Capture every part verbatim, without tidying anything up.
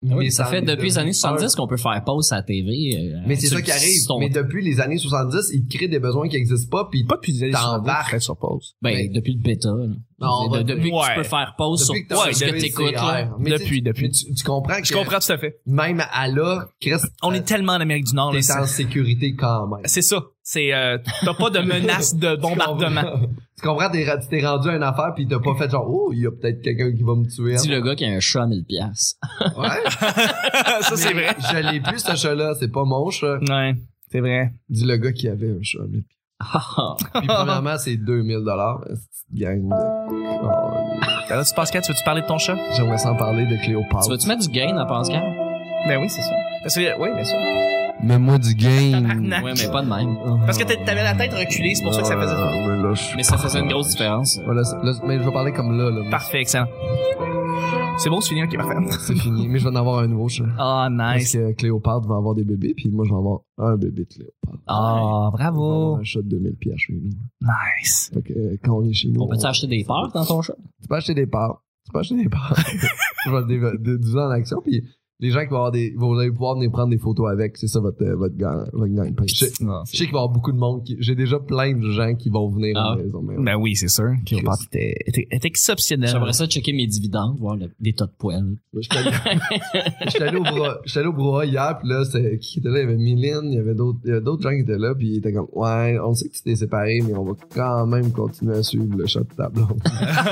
Oui, ça fait depuis les années soixante-dix qu'on peut faire pause à la T V. Euh, mais c'est ça qui arrive. Ton... Mais depuis les années soixante-dix, ils créent des besoins qui n'existent pas, puis pas depuis les années soixante-dix sur pause. Ben, mais... depuis le bêta. Là. Non, de, depuis ouais. que tu peux faire pause depuis sur ouais, ce que t'écoutes. Mais depuis, depuis. Mais tu, tu comprends que... Je comprends tout à fait. Même à là, Chris, on est tellement en Amérique du Nord. T'es là, en sécurité quand même. C'est ça. C'est, euh, t'as pas de menace de bombardement. Tu comprends, t'es, tu t'es rendu à une affaire pis t'as pas fait genre, oh, il y a peut-être quelqu'un qui va me tuer. Dis le gars qui a un chat à mille piastres. Ouais. Ça, c'est vrai. Je l'ai plus, ce chat-là. C'est pas mon chat. Ouais. C'est vrai. Dis le gars qui avait un chat à mille piastres. Puis premièrement, c'est deux mille dollars. Gang de... Oh, alors, tu, Pascal, tu veux-tu parler de ton chat? J'aimerais s'en parler de Cléopâtre. Tu veux-tu mettre du gain à Pascal? Ben oui, c'est ça. Parce que, oui, bien sûr. Mets-moi du gain. Ouais, mais pas de même. Parce que t'avais la tête reculée, c'est pour ça que ça faisait ça. Mais, là, je... mais ça faisait une grosse différence. Voilà, là, mais je vais parler comme là, là. Parfait, excellent. C'est bon, c'est fini, ok, parfait. C'est fini, mais je vais en avoir un nouveau chat. Ah, oh, nice. Parce que Cléopâtre va avoir des bébés, puis moi, je vais avoir un bébé de Cléopâtre. Ah, oh, bravo. Un chat de deux mille piastres chez nous. Nice. Fait que euh, quand on est chez nous... On peut-tu on... acheter des parts dans ton chat? Tu peux acheter des parts. Tu peux acheter des parts. Je vais le déduire en action, puis... Les gens qui vont avoir des, vous allez pouvoir venir prendre des photos avec, c'est ça votre, votre gang, votre gang. Je sais, non, je sais qu'il va y avoir beaucoup de monde qui, j'ai déjà plein de gens qui vont venir ah. à la maison. Mais ben oui, c'est sûr. Cléopâtre était, était, était exceptionnel. J'aimerais ça checker mes dividendes, voir le, des tas de poils. J'étais allé au bras, j'étais allé au bras hier, pis là, c'est, qui était là? Il y avait Mylène, il y avait d'autres, il y avait d'autres gens qui étaient là, pis ils étaient comme, ouais, on sait que tu t'es séparé, mais on va quand même continuer à suivre le chat de ta blonde.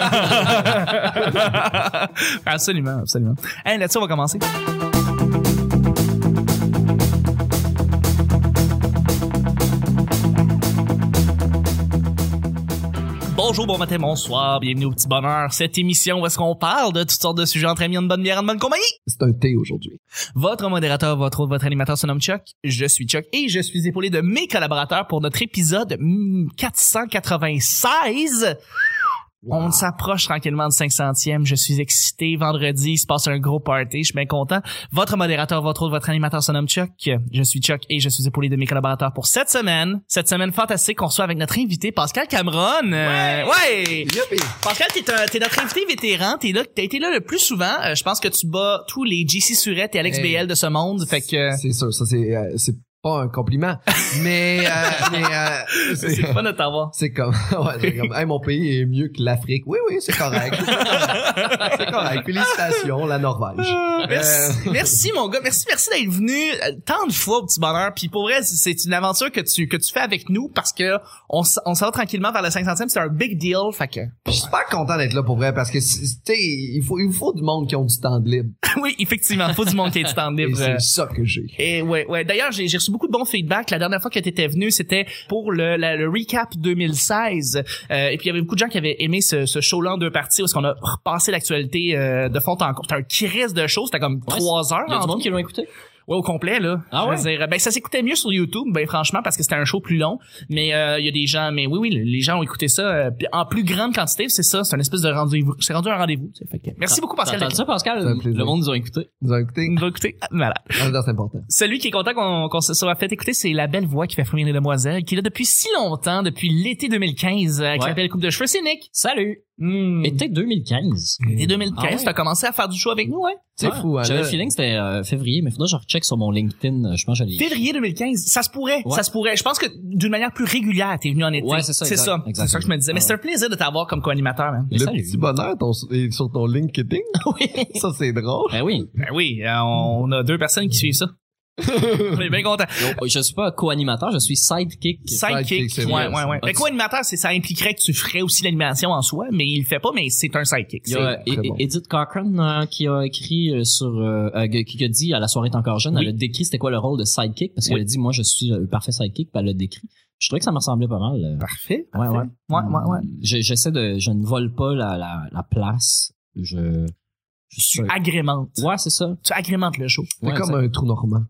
Absolument, absolument. Hey, là-dessus, on va commencer. Bonjour, bon matin, bonsoir, bienvenue au Petit Bonheur. Cette émission où est-ce qu'on parle de toutes sortes de sujets entre amis, en bonne bière, en bonne compagnie. C'est un thé aujourd'hui. Votre modérateur, votre autre, votre animateur se nomme Chuck. Je suis Chuck et je suis épaulé de mes collaborateurs pour notre épisode quatre cent quatre-vingt-seize. Wow. On s'approche tranquillement du cinq centième. Je suis excité. Vendredi, il se passe un gros party. Je suis bien content. Votre modérateur, votre autre, votre animateur se nomme Chuck. Je suis Chuck et je suis épaulé de mes collaborateurs pour cette semaine. Cette semaine fantastique qu'on reçoit avec notre invité Pascal Cameron. Ouais! Euh, ouais. Youpi. Pascal, t'es, un, t'es notre invité vétéran. T'es là, t'as été là le plus souvent. Euh, je pense que tu bats tous les J C Surette et Alex hey. B L de ce monde. Fait que... C'est sûr, ça c'est... Euh, c'est... pas un compliment, mais euh, mais euh, c'est, c'est pas notre avoir. C'est comme ouais, c'est comme hey, mon pays est mieux que l'Afrique. Oui oui, c'est correct. C'est correct. Félicitations la Norvège. Merci, euh... merci mon gars, merci merci d'être venu tant de fois au Petit Bonheur. Puis pour vrai, c'est une aventure que tu que tu fais avec nous parce que on on s'en va tranquillement vers le cinq centième, c'est un big deal, fait que je suis super content d'être là pour vrai parce que tu sais il faut il faut du monde qui ont du temps de libre. Oui, effectivement, il faut du monde qui a du temps de libre. Et c'est ça que j'ai. Et ouais ouais, d'ailleurs, j'ai j'ai reçu beaucoup de bons feedback. La dernière fois que tu étais venu, c'était pour le, la, le recap deux mille seize. Euh, et puis, il y avait beaucoup de gens qui avaient aimé ce, ce show-là en deux parties où est-ce qu'on a repassé l'actualité euh, de fond en comble. C'était un crise de show. C'était comme ouais, trois heures. Il y a du monde qui l'ont écouté? Ouais, au complet, là. Ah ouais? Je veux dire, ben, ça s'écoutait mieux sur YouTube, ben, franchement, parce que c'était un show plus long. Mais, euh, il y a des gens, mais oui, oui, les gens ont écouté ça, euh, en plus grande quantité, c'est ça, c'est une espèce de rendez-vous. C'est rendu un rendez-vous, fait que, merci ah, beaucoup, Pascal. T'as entendu ça, Pascal? Le monde nous a écouté. Nous a écouté. Nous a écouté. Ah, malade. Ah, c'est important. Celui qui est content qu'on, qu'on se soit fait écouter, c'est la belle voix qui fait frémir les demoiselles, qui est là depuis si longtemps, depuis l'été deux mille quinze, avec ouais. la belle coupe de cheveux, c'est Nick. Salut. Mmh. Été deux mille quinze. Été deux mille quinze, ah ouais. T'as commencé à faire du show avec nous, ouais? C'est ouais. fou, hein. J'avais là. le feeling que c'était euh, février, mais faudrait que je recheck sur mon LinkedIn. Je pense que j'allais. Février deux mille quinze. Ça se pourrait. Ouais. Ça se pourrait. Je pense que d'une manière plus régulière, t'es venu en été. Ouais, c'est ça. C'est exact, ça. Exact. C'est ça que je me disais. Mais ouais. C'est un plaisir de t'avoir comme co-animateur, man. Le salut. Petit bonheur ton, est sur ton LinkedIn. Oui. Ça, c'est drôle. Ben oui. Ben oui. On, on a deux personnes qui suivent ça. On est bien content. Je suis pas co-animateur, je suis sidekick. Sidekick, sidekick ouais, ouais, ouais. Mais co-animateur, c'est, ça impliquerait que tu ferais aussi l'animation en soi, mais il le fait pas, mais c'est un sidekick. Il y a c'est bon. Edith Cochran euh, qui a écrit euh, sur, euh, euh, qui a dit à La soirée est encore jeune, oui. Elle a décrit c'était quoi le rôle de sidekick, parce oui. qu'elle a dit moi je suis le parfait sidekick, puis elle l'a décrit. Je trouvais que ça me ressemblait pas mal. Euh. Parfait. Ouais, parfait. ouais. Ouais, ouais, ouais. Je, j'essaie de, je ne vole pas la, la, la place. Je, je suis agrémente. Ouais, c'est ça. Tu agrémentes le show. C'est ouais, comme un trou normand.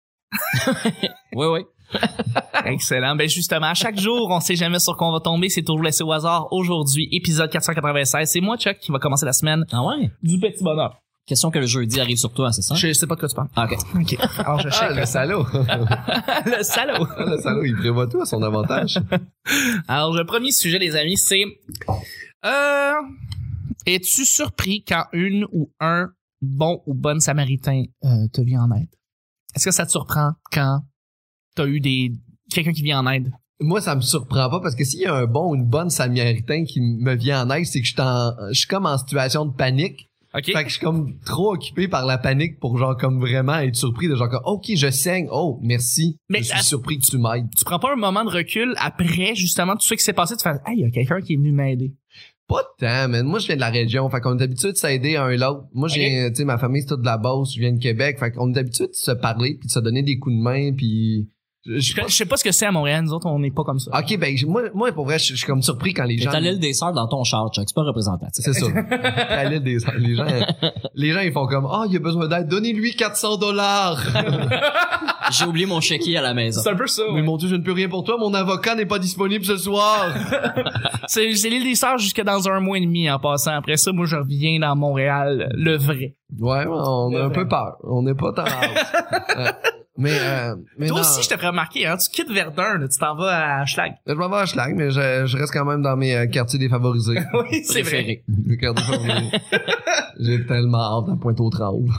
Oui, oui. Excellent. Ben justement, à chaque jour, on sait jamais sur quoi on va tomber. C'est toujours laissé au hasard. Aujourd'hui, épisode quatre cent quatre-vingt-seize. C'est moi, Chuck, qui va commencer la semaine. Ah ouais? Du petit bonheur. Question que le jeudi arrive sur toi, c'est ça? Je sais pas de quoi tu parles. Ah, ok. Ok. Alors, je ah, le salaud. Le salaud. Ah, le salaud, il prévoit tout à son avantage. Alors, le premier sujet, les amis, c'est... Euh... Es-tu surpris quand une ou un bon ou bonne samaritain euh, t'a vu en aide? Est-ce que ça te surprend quand t'as eu des quelqu'un qui vient en aide? Moi, ça me surprend pas parce que s'il y a un bon ou une bonne samaritain qui me vient en aide, c'est que je suis en, je suis comme en situation de panique. OK. Fait que je suis comme trop occupé par la panique pour genre comme vraiment être surpris de genre comme, OK, je saigne. Oh, merci. Mais je suis à- surpris que tu m'aides. Tu prends pas un moment de recul après, justement, tout ce qui s'est passé, tu fais « Hey, il y a quelqu'un qui est venu m'aider. » Pas tant, man. Moi, je viens de la région. Fait qu'on est habitué de s'aider un l'autre. Moi, je viens, tu sais, ma famille, c'est toute de la Beauce. Je viens de Québec. Fait qu'on est habitué de se parler puis de se donner des coups de main puis... Je Je suis pas... je sais pas ce que c'est à Montréal, nous autres, on n'est pas comme ça. OK, ben, je- moi, moi, pour vrai, je je suis comme surpris quand les T'es gens... à l'île des Sœurs dans ton char, Chuck. C'est pas représentatif. C'est ça. À l'île des les gens, les gens, ils font comme, ah, oh, il a besoin d'aide. Donnez-lui quatre cents dollars. J'ai oublié mon chéquier à la maison. C'est un peu ça. Mais mon Dieu, je ne peux rien pour toi. Mon avocat n'est pas disponible ce soir. C'est, c'est l'île des Sœurs jusque dans un mois et demi en passant. Après ça, moi, je reviens dans Montréal, le vrai. Ouais, on a un peu peur. On n'est pas tant hâte. Euh, mais, euh, mais Toi non. aussi, je t'ai remarqué, hein. Tu quittes Verdun, là, tu t'en vas à Schlag. Je m'en vais à Schlag, mais je, je reste quand même dans mes euh, quartiers défavorisés. Oui, c'est vrai. Préféré. Mes quartiers défavorisés. J'ai tellement hâte à Pointe-aux-Trembles.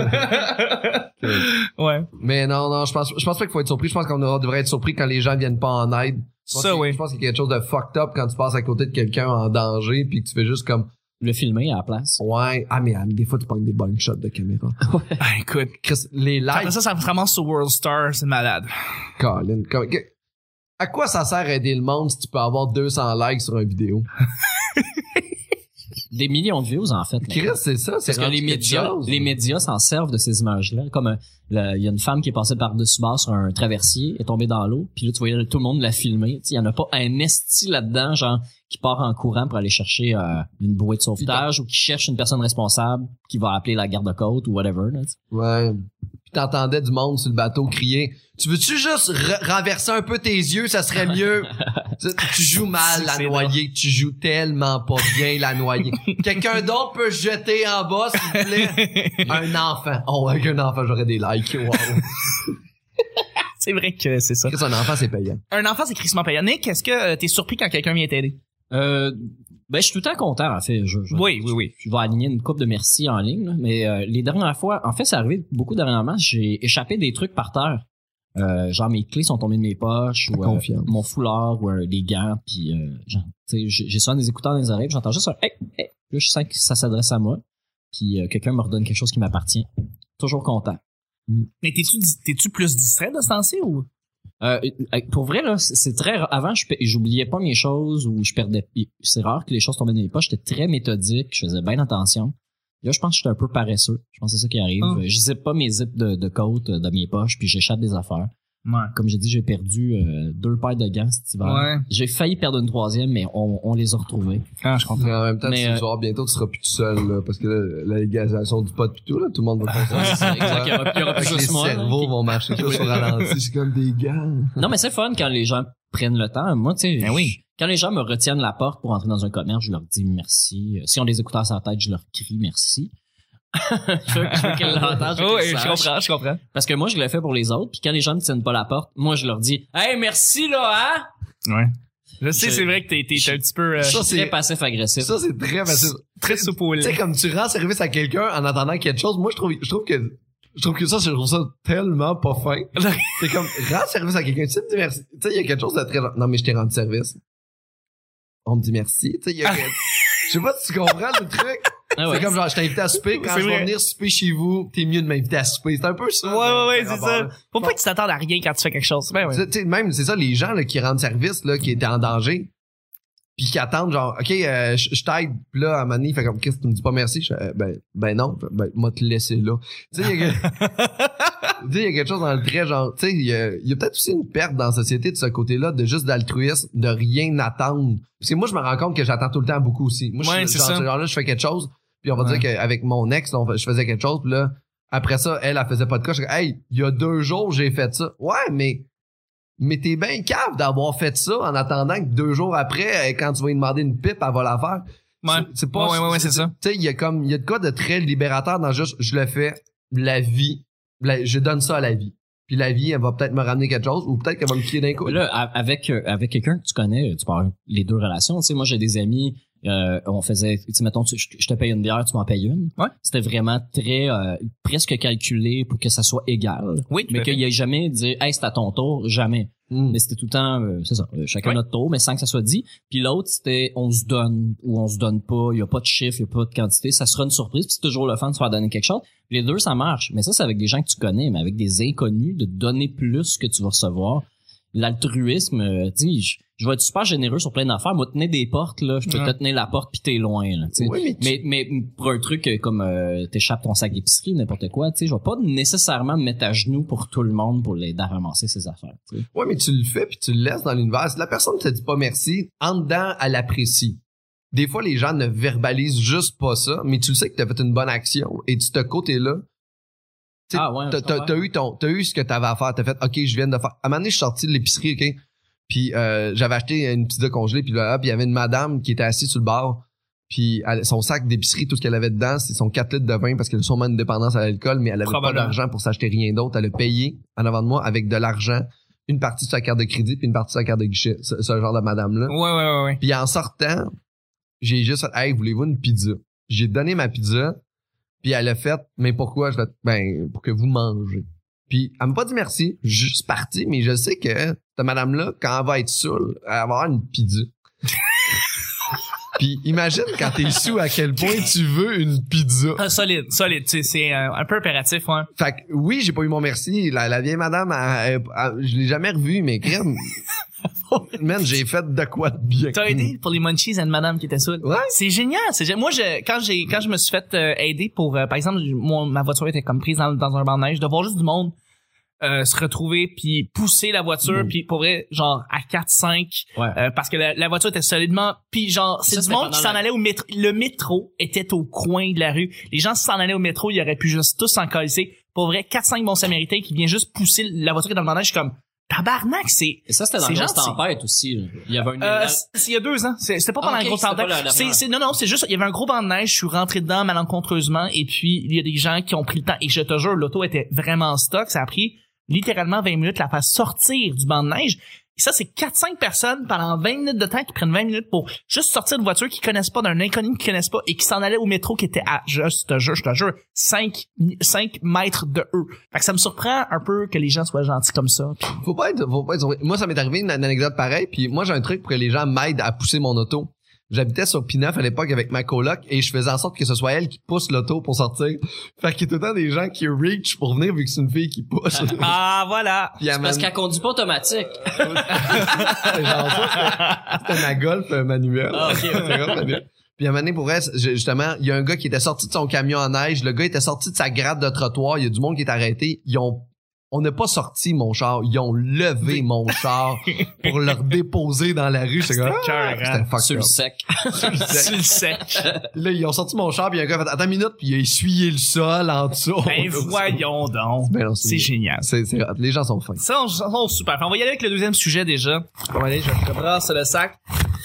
Ouais. Mais non, non, je pense, je pense pas qu'il faut être surpris. Je pense qu'on aura- devrait être surpris quand les gens viennent pas en aide. Je pense Ça, que- oui. Je pense qu'il y a quelque chose de fucked up quand tu passes à côté de quelqu'un en danger puis que tu fais juste comme, Le filmer à la place. ouais, ah, mais, ah, mais des fois, tu prends des bonnes shots de caméra. Ah, écoute. Chris, les Après lives, ça, ça me ramasse sur World Star, c'est malade. Colin, comme- que- à quoi ça sert aider le monde si tu peux avoir deux cents likes sur une vidéo? Des millions de views, en fait. là. Chris, c'est ça, c'est Parce que rendu les quelque médias, chose. les médias s'en servent de ces images-là. Comme euh, le- il y a une femme qui est passée par-dessus bord sur un traversier, est tombée dans l'eau, puis là, tu voyais tout le monde la filmer. Il y en a pas un esti là-dedans, genre, qui part en courant pour aller chercher euh, une bouée de sauvetage ou qui cherche une personne responsable qui va appeler la garde-côte ou whatever. Là, tu sais. Ouais. Puis t'entendais du monde sur le bateau crier, tu veux-tu juste re- renverser un peu tes yeux, ça serait mieux. Tu tu joues mal la C'est noyée, tu joues tellement pas bien la noyée. Quelqu'un d'autre peut se jeter en bas, s'il vous plaît. Un enfant. Oh, avec un enfant, j'aurais des likes. Wow. C'est vrai que c'est ça. Chris, un enfant, c'est payant. Un enfant, c'est crissement payant. Nick, est-ce que euh, t'es surpris quand quelqu'un vient t'aider? Euh, ben, je suis tout le temps content, en fait. Je, je, Oui, oui, oui. Je vais aligner une coupe de merci en ligne, là. Mais euh, les dernières fois, en fait, c'est arrivé beaucoup dernièrement, j'ai échappé des trucs par terre. Euh, genre, mes clés sont tombées de mes poches, ou euh, Confiance. mon foulard, ou euh, des gants, puis euh, genre, tu sais, j'ai j'ai souvent des écouteurs dans les oreilles, puis j'entends juste un « hey, hey ». Là, je sens que ça s'adresse à moi, puis euh, quelqu'un me redonne quelque chose qui m'appartient. Toujours content. Mais t'es-tu, t'es-tu plus distrait de ce temps-ci ou? Euh, euh, pour vrai, là, c'est c'est très rare. Avant, je pe- j'oubliais pas mes choses ou je perdais. C'est rare que les choses tombaient dans mes poches. J'étais très méthodique. Je faisais bien attention. Là, je pense que j'étais un peu paresseux. Je pense que c'est ça qui arrive. Oh. Je zippe pas mes zips de, de côte euh, dans mes poches, puis j'échappe des affaires. Ouais. Comme j'ai dit, j'ai perdu euh, deux paires de gants cet hiver. Ouais. J'ai failli perdre une troisième, mais on, on les a retrouvés. Ah, je comprends. Mais en même temps, Mais, tu euh, vas voir bientôt, tu seras plus tout seul, là, parce que là, la légalisation du pot pis tout, là, tout le monde va faire ça. C'est exact. Il y aura, il y aura plus Fait que les juste moi. là, cerveaux qui- vont marcher tout sur ralenti, c'est comme des gars. Non, mais c'est fun quand les gens prennent le temps. Moi, tu sais, Ben oui. je- quand les gens me retiennent la porte pour entrer dans un commerce, je leur dis merci. Euh, Si on des écouteurs sur la tête, je leur crie merci. je veux, je veux qu'ils l'entendent. je veux Oui, qu'ils je sachent. comprends, je comprends. Parce que moi, je le fais pour les autres. Puis quand les gens ne tiennent pas la porte, moi, je leur dis « Hey, merci, là, hein? Ouais. Je sais, Je- c'est vrai que t'es, t'es je- un petit peu, euh, Je suis c'est- très passif-agressif. Ça, c'est très facile. très soupe au Tu sais, lait. comme tu rends service à quelqu'un en attendant quelque chose, moi, je trouve, je trouve que, je trouve que ça, je trouve ça tellement pas fin. C'est comme, rends service à quelqu'un, tu sais, me dis merci. Tu sais, il y a quelque chose de très, non, mais je t'ai rendu service. On me dit merci. Tu sais, il y a, je sais pas si tu comprends le truc. Ah ouais. C'est comme genre, je t'ai invité à souper, quand C'est je vais vrai. venir souper chez vous, t'es mieux de m'inviter à souper. C'est un peu ça. Ouais, ouais, ouais, ce c'est rapport-là. ça. Faut pas que tu t'attendes à rien quand tu fais quelque chose. Ben ouais. Tu sais, même, c'est ça, les gens, là, qui rendent service, là, qui étaient en danger, puis qui attendent, genre, OK, euh, je je t'aide, puis là, à un moment donné, il fait comme, qu'est-ce que tu me dis pas merci? Je fais, euh, ben, ben non, ben, moi, te laisser là. Tu sais, il y a que- tu sais, il y a quelque chose dans le trait, genre, tu sais, il y a, il y a peut-être aussi une perte dans la société de ce côté-là, de juste d'altruisme, de rien attendre. Parce que moi, je me rends compte que j'attends tout le temps beaucoup aussi. Moi, Ouais, je c'est suis genre, ça. genre là, je fais quelque chose, puis on va Ouais. dire qu'avec mon ex, là, on fait- je faisais quelque chose, puis là, après ça, elle, elle faisait pas de cas. Je dis, hey, il y a deux jours, j'ai fait ça. Ouais, mais, mais t'es bien cave d'avoir fait ça en attendant que deux jours après, euh, quand tu vas lui demander une pipe, elle va la faire. Ouais. C'est- C'est pas, Ouais, ouais, ouais, c'est ça. Tu sais, il y a comme, il y a de quoi de très libérateur dans juste, je le fais, la vie, la- je donne ça à la vie. Puis la vie, elle va peut-être me ramener quelque chose, ou peut-être qu'elle va me crier d'un coup. Là, a- avec euh, avec quelqu'un que tu connais, tu parles les deux relations. Tu sais, moi, j'ai des amis Euh, on faisait, tu sais, mettons, tu, je, je te paye une bière, tu m'en payes une. Ouais. C'était vraiment très, euh, presque calculé pour que ça soit égal. Oui, mais qu'il y ait jamais dit, hey, c'est à ton tour, jamais. Mm. Mais c'était tout le temps, euh, c'est ça, euh, chacun Ouais. notre tour, mais sans que ça soit dit. Puis l'autre, c'était, on se donne ou on se donne pas, il y a pas de chiffre, il y a pas de quantité, ça sera une surprise, puis c'est toujours le fun de se faire donner quelque chose. Les deux, ça marche. Mais ça, c'est avec des gens que tu connais, mais avec des inconnus, de donner plus que tu vas recevoir. L'altruisme, euh, tu sais, je, je vais être super généreux sur plein d'affaires. Moi, tenir des portes, là, je peux Ouais. te tenir la porte pis t'es loin, là, tu sais. Oui, mais, tu- Mais, mais pour un truc euh, comme euh, t'échappes ton sac d'épicerie, n'importe quoi, tu sais, je vais pas nécessairement me mettre à genoux pour tout le monde pour l'aider à ramasser ses affaires. Tu sais. ouais, mais tu le fais puis tu le laisses dans l'univers. Si la personne te dit pas merci, en dedans, elle l'apprécie. Des fois, les gens ne verbalisent juste pas ça, mais tu le sais que t'as fait une bonne action et tu te côté-là. T'sais, Ah ouais, t'as, je t'as, comprends. t'as eu ton, t'as eu ce que t'avais à faire. T'as fait, ok, je viens de faire. À un moment donné, je suis sorti de l'épicerie, ok. Puis euh, j'avais acheté une pizza congelée, puis là, puis il y avait une madame qui était assise sur le bar, puis elle- son sac d'épicerie, tout ce qu'elle avait dedans, c'est son quatre litres de vin parce qu'elle a sûrement une dépendance à l'alcool, mais elle avait pas Probablement. d'argent pour s'acheter rien d'autre. Elle a payé en avant de moi avec de l'argent, une partie de sa carte de crédit puis une partie de sa carte de guichet. Ce, ce genre de madame-là. Ouais, ouais, ouais, ouais. Puis en sortant, j'ai juste fait, hey, voulez-vous une pizza? J'ai donné ma pizza, puis elle a fait, mais pourquoi? Je fais, ben, pour que vous mangez. Puis elle m'a pas dit merci, je suis juste parti, mais je sais que cette madame-là, quand elle va être saoule, elle va avoir une pizza. Puis imagine quand t'es sous à quel point tu veux une pizza. Ah, solide, solide. Tu sais, c'est euh, un peu impératif, ouais. Fait que oui, j'ai pas eu mon merci. La, la vieille madame, elle- elle- elle- je l'ai jamais revue, mais crème. Man, j'ai fait de quoi de bien. T'as aidé pour les munchies à une madame qui était saoule. Ouais. C'est génial. C'est gé- moi, je, quand j'ai, quand je me suis fait euh, aider pour, euh, par exemple, moi, ma voiture était comme prise dans, dans un banc de neige, de voir juste du monde euh, se retrouver puis pousser la voiture Mm. puis pour vrai, genre à quatre cinq Ouais. euh, parce que la, la voiture était solidement puis genre c'est Ça, du c'était monde qui pendant s'en la- allait au métro. Le métro était au coin de la rue. Les gens s'en allaient au métro, ils auraient pu juste tous s'en coller. Pour vrai, quatre cinq bons Samaritains qui viennent juste pousser la voiture qui est dans le banc de neige. Je suis comme tabarnak, c'est Et ça, c'était dans C'est la grosse gentil. tempête aussi, là. Il y avait une... Euh, c'est il y a deux ans. C'est- C'était pas Ah, pendant ok, la grosse c'était pas tempête. la C'est, dernière. c'est, non, non, c'est juste, il y avait un gros banc de neige, je suis rentré dedans malencontreusement, et puis, il y a des gens qui ont pris le temps, et je te jure, l'auto était vraiment en stock, ça a pris littéralement vingt minutes la faire sortir du banc de neige. Et ça, c'est quatre cinq personnes pendant vingt minutes de temps qui prennent vingt minutes pour juste sortir de voiture qu'ils connaissent pas, d'un inconnu qu'ils connaissent pas, et qui s'en allaient au métro qui était à, je te jure, je te jure, cinq mètres de eux. Fait que ça me surprend un peu que les gens soient gentils comme ça. Puis- Faut pas être, faut pas être surpris. Moi, ça m'est arrivé une, une anecdote pareille, puis moi, j'ai un truc pour que les gens m'aident à pousser mon auto. J'habitais sur Pinaf à l'époque avec ma coloc et je faisais en sorte que ce soit elle qui pousse l'auto pour sortir. Fait qu'il y a tout le temps des gens qui reach pour venir vu que c'est une fille qui pousse. Ah, voilà! Puis elle Parce m'a- qu'elle conduit pas automatique. genre ça, c'était- c'était ma golf euh, manuelle. Ah, ok. C'était golf manuel. Puis à un moment donné, pour vrai, c'est- justement, il y a un gars qui était sorti de son camion en neige, le gars était sorti de sa gratte de trottoir, il y a du monde qui est arrêté, ils ont on n'a pas sorti mon char, ils ont levé mon char pour le déposer dans la rue. J'étais comme, C'était ah, cœur, c'était hein. fucked Sur le up. sec. Sur le sec. Là, ils ont sorti mon char, puis il y a un gars qui a fait, attends une minute, puis il a essuyé le sol en dessous. Ben, voyons donc. Ben non, C'est génial. C'est, c'est, les gens sont fins. Ça, on, ça, on super. On va y aller avec le deuxième sujet déjà. On va aller, je rebrasse le sac.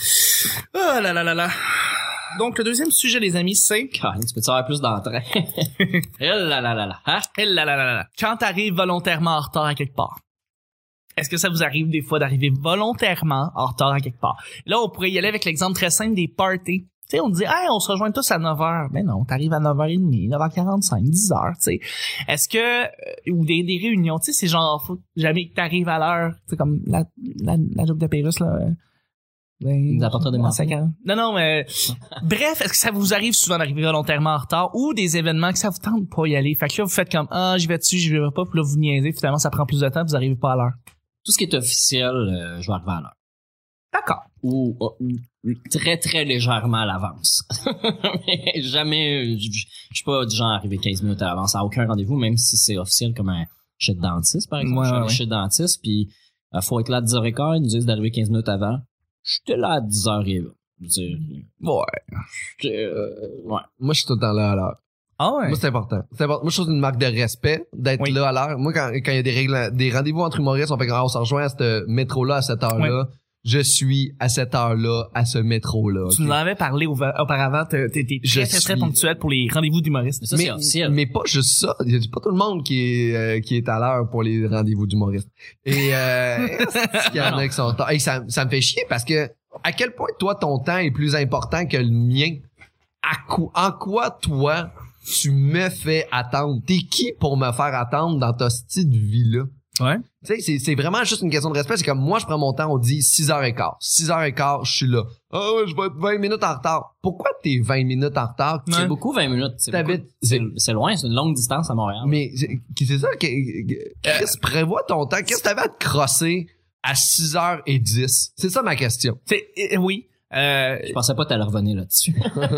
Oh là là là là. Donc, le deuxième sujet, les amis, c'est... Ah, tu peux te faire plus d'entrain. Eh là là là là. Hein? Eh là là là là là. Quand t'arrives volontairement en retard à quelque part. Est-ce que ça vous arrive des fois d'arriver volontairement en retard à quelque part? Là, on pourrait y aller avec l'exemple très simple des parties. Tu sais, on dit, hey, on se rejoint tous à neuf heures. Ben non, t'arrives à neuf heures trente, neuf heures quarante-cinq, dix heures, tu sais. Est-ce que, euh, ou des, des réunions, tu sais, c'est genre, faut jamais que t'arrives à l'heure, tu sais, comme la, la, la joke de Pérus, là. euh, Ben, D'apporter des en menthes. cinq ans. Non, non, mais, bref, est-ce que ça vous arrive souvent d'arriver volontairement en retard ou des événements que ça vous tente pas y aller? Fait que là, vous faites comme, ah, j'y vais dessus, j'y vais pas, puis là, vous niaisez, finalement, ça prend plus de temps, vous arrivez pas à l'heure. Tout ce qui est officiel, euh, je vais arriver à l'heure. D'accord. Ou euh, très, très légèrement à l'avance. Mais jamais, je je- je suis pas du genre à arriver quinze minutes à l'avance à aucun rendez-vous, même si c'est officiel comme un chez le dentiste, par exemple. Ouais, je suis allé ouais. chez le dentiste, puis il faut être là à dix heures quinze, ils nous disent d'arriver quinze minutes avant. J'étais là à dix heures vingt. Je veux dire, Ouais. j'étais, euh, ouais. Moi, je suis tout le temps là à l'heure. Ah ouais. Moi, c'est important. C'est important. Moi, je trouve que c'est une marque de respect d'être Oui. là à l'heure. Moi, quand, quand il y a des règles, des rendez-vous entre humoristes, on fait ah, on se rejoint à ce métro-là à cette heure-là. Je suis à cette heure-là, à ce métro-là. Tu ok? nous en avais parlé au- auparavant, t'es t'es- t'es Je très, très, très suis- ponctuel pour les rendez-vous d'humoristes. Mais ça, c'est officiel. mais pas juste ça. Il y a pas tout le monde qui est, euh, qui est à l'heure pour les rendez-vous d'humoristes. Et, euh, est-ce qu'il y en a qui sont en retard? Hey, ça, ça me fait chier parce que à quel point, toi, ton temps est plus important que le mien? À quoi, en quoi, toi, tu me fais attendre? T'es qui pour me faire attendre dans ta style de vie-là? Ouais. Tu sais, c'est, c'est vraiment juste une question de respect. C'est comme moi, je prends mon temps, on dit six heures quinze. six heures quinze, je suis là. Ah ouais, je vais être vingt minutes en retard. Pourquoi t'es vingt minutes en retard? C'est beaucoup vingt minutes. C'est, T'habites- beaucoup- c'est, c'est loin, c'est une longue distance à Montréal. Mais c'est, c'est ça que, Chris, prévois ton temps. Qu'est-ce que t'avais à te crosser à six heures dix? C'est ça ma question. C'est, euh, oui. Euh, Je pensais pas que t'allais revenir là-dessus.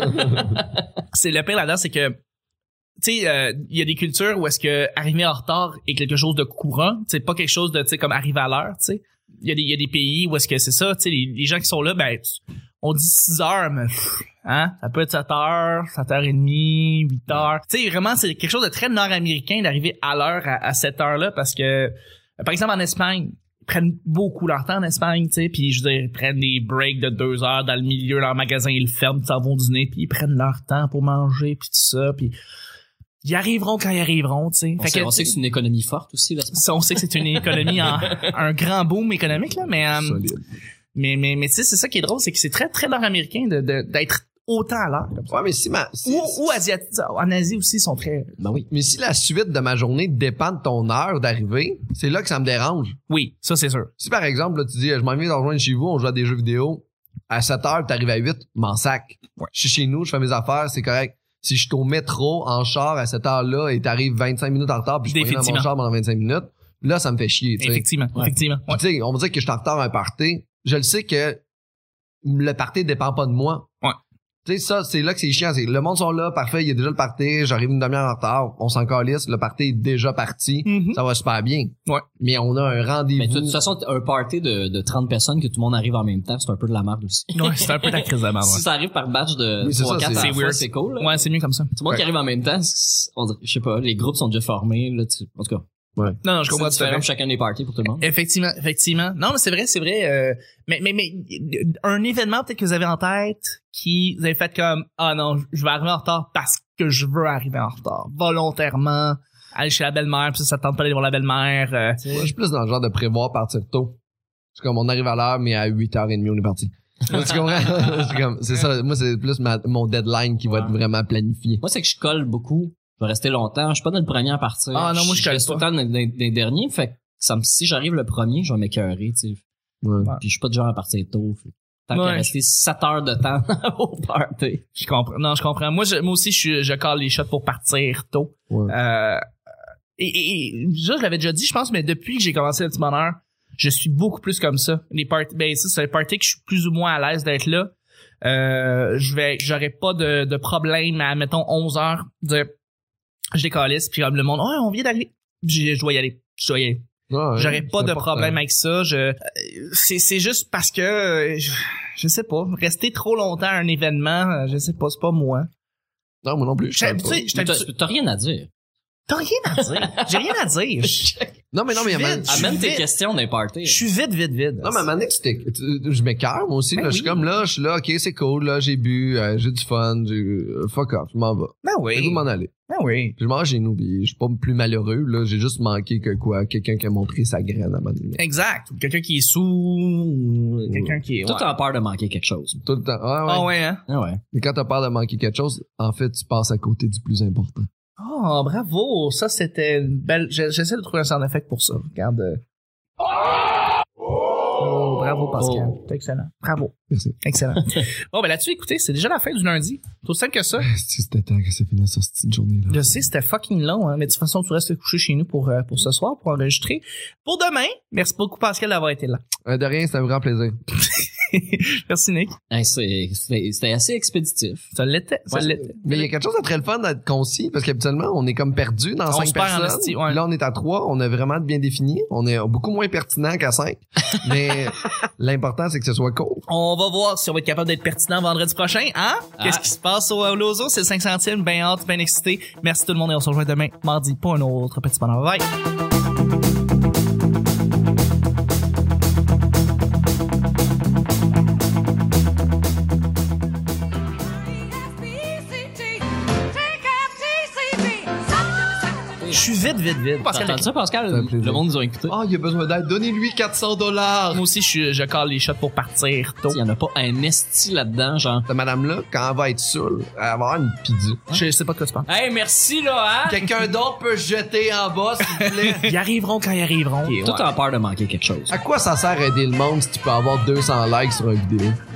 c'est le pire là-dedans, c'est que tu sais, euh, il y a des cultures où est-ce que arriver en retard est quelque chose de courant, c'est pas quelque chose de, tu sais, comme arriver à l'heure, tu sais. Il y a des, il y a des pays où est-ce que c'est ça, tu sais, les, les gens qui sont là, ben, on dit six heures, mais, pff, hein, ça peut être sept heures, sept heures trente, huit heures. Tu sais, vraiment, c'est quelque chose de très nord-américain d'arriver à l'heure à, à cette heure-là parce que, euh, par exemple, en Espagne, ils prennent beaucoup leur temps en Espagne, tu sais, puis je veux dire, ils prennent des breaks de deux heures dans le milieu, leur magasin, ils le ferment, ils s'en vont dîner, puis ils prennent leur temps pour manger, puis tout ça, puis ils arriveront quand ils arriveront, tu sais. On, Fait sait, que, on sait que c'est une économie forte aussi, là. ça, on sait que c'est une économie en un grand boom économique, là, mais, euh, Solide. mais, mais, mais tu sais, c'est ça qui est drôle, c'est que c'est très, très nord-américain de, de, d'être autant à l'heure, comme ça. Ouais, mais si ma, si, Ou, ou asiatique, en Asie aussi, ils sont très, Ben oui. mais si la suite de ma journée dépend de ton heure d'arrivée, c'est là que ça me dérange. oui, ça, c'est sûr. Si par exemple, là, tu dis, je m'en viens de rejoindre chez vous, on joue à des jeux vidéo, à sept heures, t'arrives à huit, m'en sac. Ouais. Je suis chez nous, je fais mes affaires, c'est correct. Si je suis au métro, en char, à cette heure-là, et t'arrives vingt-cinq minutes en retard, puis je suis dans mon Définitivement. char pendant vingt-cinq minutes, là, ça me fait chier, tu sais. Effectivement, Ouais. effectivement. Ouais. Tu sais, on va dire que je suis en retard à un party. Je le sais que le party dépend pas de moi. Ouais. Tu sais, ça, c'est là que c'est chiant. C'est, le monde sont là, parfait, il y a déjà le party, j'arrive une demi-heure en retard, on s'en calisse, le party est déjà parti, Mhm. ça va super bien. Ouais. Mais on a un rendez-vous. Mais de toute façon, un party de, de trente personnes que tout le monde arrive en même temps, c'est un peu de la merde aussi. Ouais, c'est un peu la crise de la merde, Si ouais. ça arrive par batch de Oui, c'est trois ça, quatre c'est- à la c'est fois, weird. c'est cool. Là. Ouais, c'est mieux comme ça. Tout le monde Ouais. qui arrive en même temps, c'est- on dirait- je sais pas, les groupes sont déjà formés. Là, tu- en tout cas, Non, non, je c'est comprends différent différent. pour chacun des parties pour tout le monde. Effectivement, effectivement. Non, mais c'est vrai, c'est vrai. euh, mais, mais, mais, un événement peut-être que vous avez en tête qui vous avez fait comme, ah non, je vais arriver en retard parce que je veux arriver en retard. Volontairement, aller chez la belle-mère, puis ça, ça tente pas d'aller voir la belle-mère. euh, Moi, je suis plus dans le genre de prévoir partir tôt. C'est comme, on arrive à l'heure, mais à huit heures trente, on est parti. Tu comprends? c'est comme, c'est ça. Moi, c'est plus ma, mon deadline qui va Ouais. être vraiment planifié. Moi, c'est que je colle beaucoup. Je vais rester longtemps. Je suis pas dans le premier à partir. Ah non, moi, je colle reste tout pas. le temps dans, dans- dans les derniers. Fait que ça me, si j'arrive le premier, je vais m'écœurer, tu sais. Ouais. Puis je suis pas du genre à partir tôt. Fait que Tant Ouais. qu'à rester sept heures de temps au party. Je comprends. Non, je comprends. Moi, je, moi aussi, je, suis- je cale les shots pour partir tôt. Ouais. Euh, et, et, et ça, je l'avais déjà dit, je pense, mais depuis que j'ai commencé le petit bonheur, je suis beaucoup plus comme ça. Les parties, ben ça, c'est un party que je suis plus ou moins à l'aise d'être là. Euh, je vais, j'aurais pas de, de problème à, mettons, onze heures, dire, je décalisse, puis comme le monde, oh, on vient d'arriver. Je, je dois y aller. Je dois y aller. Ouais, J'aurais c'est pas de important. problème avec ça. Je, euh, c'est, c'est juste parce que, euh, je, je sais pas, rester trop longtemps à un événement, euh, je sais pas, c'est pas moi. Non, moi non plus. Je je suis savais pas. habitué, je suis Mais T'as, habitué. t'as rien à dire. T'as rien à dire. J'ai rien à dire. Je Non, mais non, mais il y a Vite. man- Je suis Amène tes vite. questions dans les parties. je suis vite, vite, vite. Non, mais à un moment donné, tu t'es- tu- je m'écœure, moi aussi. Ben là. Je suis oui. comme là, je suis là, ok, c'est cool, là, j'ai bu, euh, j'ai du fun, j'ai, euh, fuck off, je m'en vais. Ben J'ai le goût oui. de m'en aller. Ben oui. Puis je m'en vais chez nous, puis je suis pas plus malheureux, là, j'ai juste manqué que quoi, quelqu'un qui a montré sa graine à un moment donné. Exact. Ou quelqu'un qui est sous, ou quelqu'un qui est... Tout ouais. en peur de manquer quelque chose. Tout le temps. Ouais, ouais. Ah ouais, hein? Ah ouais. Mais quand t'as peur de manquer quelque chose, en fait, tu passes à côté du plus important. Oh, bravo. Ça, c'était une belle... j'ai- J'essaie de trouver un sound effect pour ça. Regarde. euh. Oh, bravo, Pascal. Oh. C'est excellent. Bravo. Merci. Excellent. Bon, ben là-dessus, écoutez, c'est déjà la fin du lundi. C'est aussi simple que ça. Si c'était temps que ça finisse cette petite journée-là. Je sais, c'était fucking long, hein, mais de toute façon, tu restes couché chez nous pour, euh, pour ce soir, pour enregistrer. Pour demain, merci beaucoup, Pascal, d'avoir été là. Euh, de rien, c'était un grand plaisir. Merci, Nick. Hey, c'est, c'était, c'était assez expéditif. Ça l'était, ça Ouais. l'était. Mais il y a quelque chose de très le fun d'être concis, parce qu'habituellement, on est comme perdu dans On cinq se perd en personnes. esti, ouais. Puis là, on est à trois, on a vraiment bien défini. On est beaucoup moins pertinent qu'à cinq. Mais l'important, c'est que ce soit court. On va voir si on va être capable d'être pertinent vendredi prochain, hein? Qu'est-ce Ah. qui se passe au Lozo? C'est le cinq centimes, ben hâte, ben excité. Merci tout le monde et on se rejoint demain, mardi, pour un autre petit bonheur. Bye! suis vite, vite, vite. Pascal, T'entends ça, Pascal? Ça fait plaisir. Le monde nous a écouté. Ah, il a besoin d'aide. Donnez-lui quatre cents dollars. moi aussi, je, suis- je cale les shots pour partir tôt. Il y en a pas un esti là-dedans, genre. Cette madame-là, quand elle va être saoule, elle va avoir une pizza. Je sais pas de quoi tu parles. Hey, merci, là, hein? Quelqu'un d'autre peut se jeter en bas, s'il vous plaît. Ils arriveront quand ils arriveront. Tout en peur de manquer quelque chose. À quoi ça sert aider le monde si tu peux avoir deux cents likes sur une vidéo?